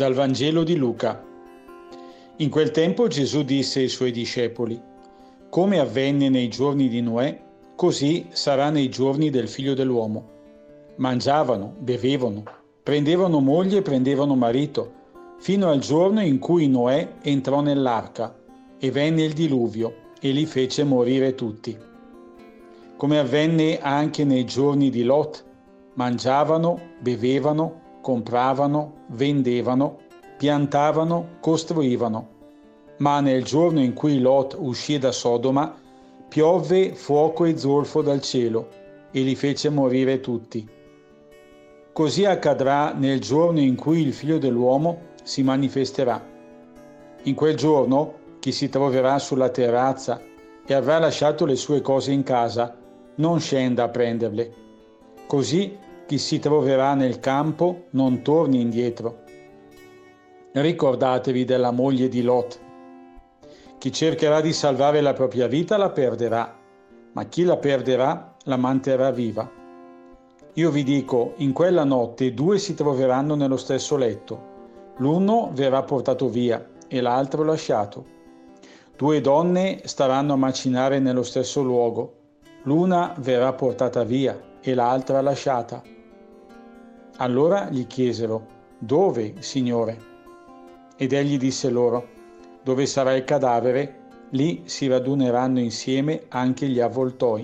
Dal Vangelo di Luca. In quel tempo Gesù disse ai suoi discepoli: come avvenne nei giorni di Noè, così sarà nei giorni del Figlio dell'uomo. Mangiavano, bevevano, prendevano moglie e prendevano marito, fino al giorno in cui Noè entrò nell'arca e venne il diluvio e li fece morire tutti. Come avvenne anche nei giorni di Lot, mangiavano, bevevano, compravano, vendevano, piantavano, costruivano. Ma nel giorno in cui Lot uscì da Sodoma, piovve fuoco e zolfo dal cielo e li fece morire tutti. Così accadrà nel giorno in cui il Figlio dell'uomo si manifesterà. In quel giorno chi si troverà sulla terrazza e avrà lasciato le sue cose in casa, non scenda a prenderle. Così chi si troverà nel campo non torni indietro. Ricordatevi della moglie di Lot. Chi cercherà di salvare la propria vita la perderà, ma chi la perderà la manterrà viva. Io vi dico, in quella notte 2 si troveranno nello stesso letto. L'uno verrà portato via e l'altro lasciato. 2 donne staranno a macinare nello stesso luogo. L'una verrà portata via e l'altra lasciata. Allora gli chiesero: dove, Signore? Ed egli disse loro: dove sarà il cadavere, lì si raduneranno insieme anche gli avvoltoi.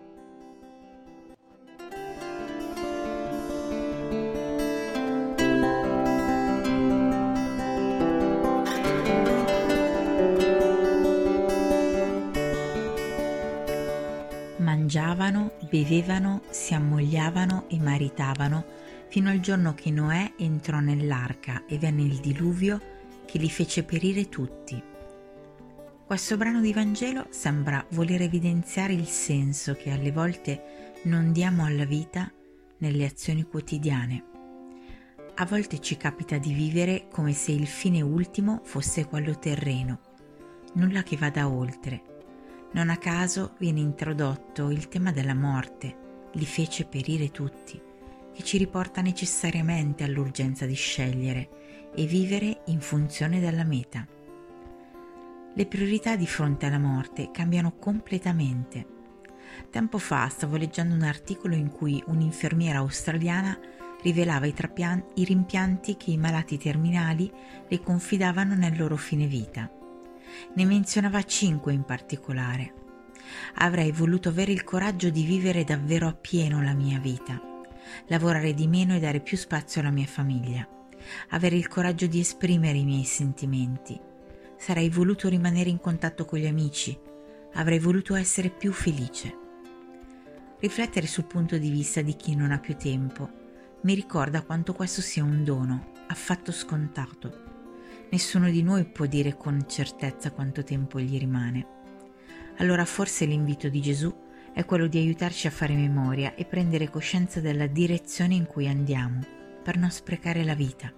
Mangiavano, bevevano, si ammogliavano e maritavano fino al giorno che Noè entrò nell'arca e venne il diluvio che li fece perire tutti. Questo brano di Vangelo sembra voler evidenziare il senso che alle volte non diamo alla vita nelle azioni quotidiane. A volte ci capita di vivere come se il fine ultimo fosse quello terreno, nulla che vada oltre. Non a caso viene introdotto il tema della morte, li fece perire tutti, che ci riporta necessariamente all'urgenza di scegliere e vivere in funzione della meta. Le priorità di fronte alla morte cambiano completamente. Tempo fa stavo leggendo un articolo in cui un'infermiera australiana rivelava i rimpianti che i malati terminali le confidavano nel loro fine vita. Ne menzionava 5 in particolare. Avrei voluto avere il coraggio di vivere davvero appieno la mia vita, lavorare di meno e dare più spazio alla mia famiglia, avere il coraggio di esprimere i miei sentimenti. Sarei voluto rimanere in contatto con gli amici, avrei voluto essere più felice. Riflettere sul punto di vista di chi non ha più tempo mi ricorda quanto questo sia un dono, affatto scontato. Nessuno di noi può dire con certezza quanto tempo gli rimane. Allora forse l'invito di Gesù è quello di aiutarci a fare memoria e prendere coscienza della direzione in cui andiamo, per non sprecare la vita.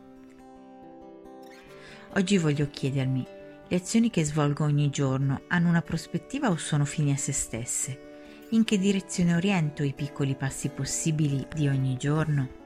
Oggi voglio chiedermi: le azioni che svolgo ogni giorno hanno una prospettiva o sono fini a se stesse? In che direzione oriento i piccoli passi possibili di ogni giorno?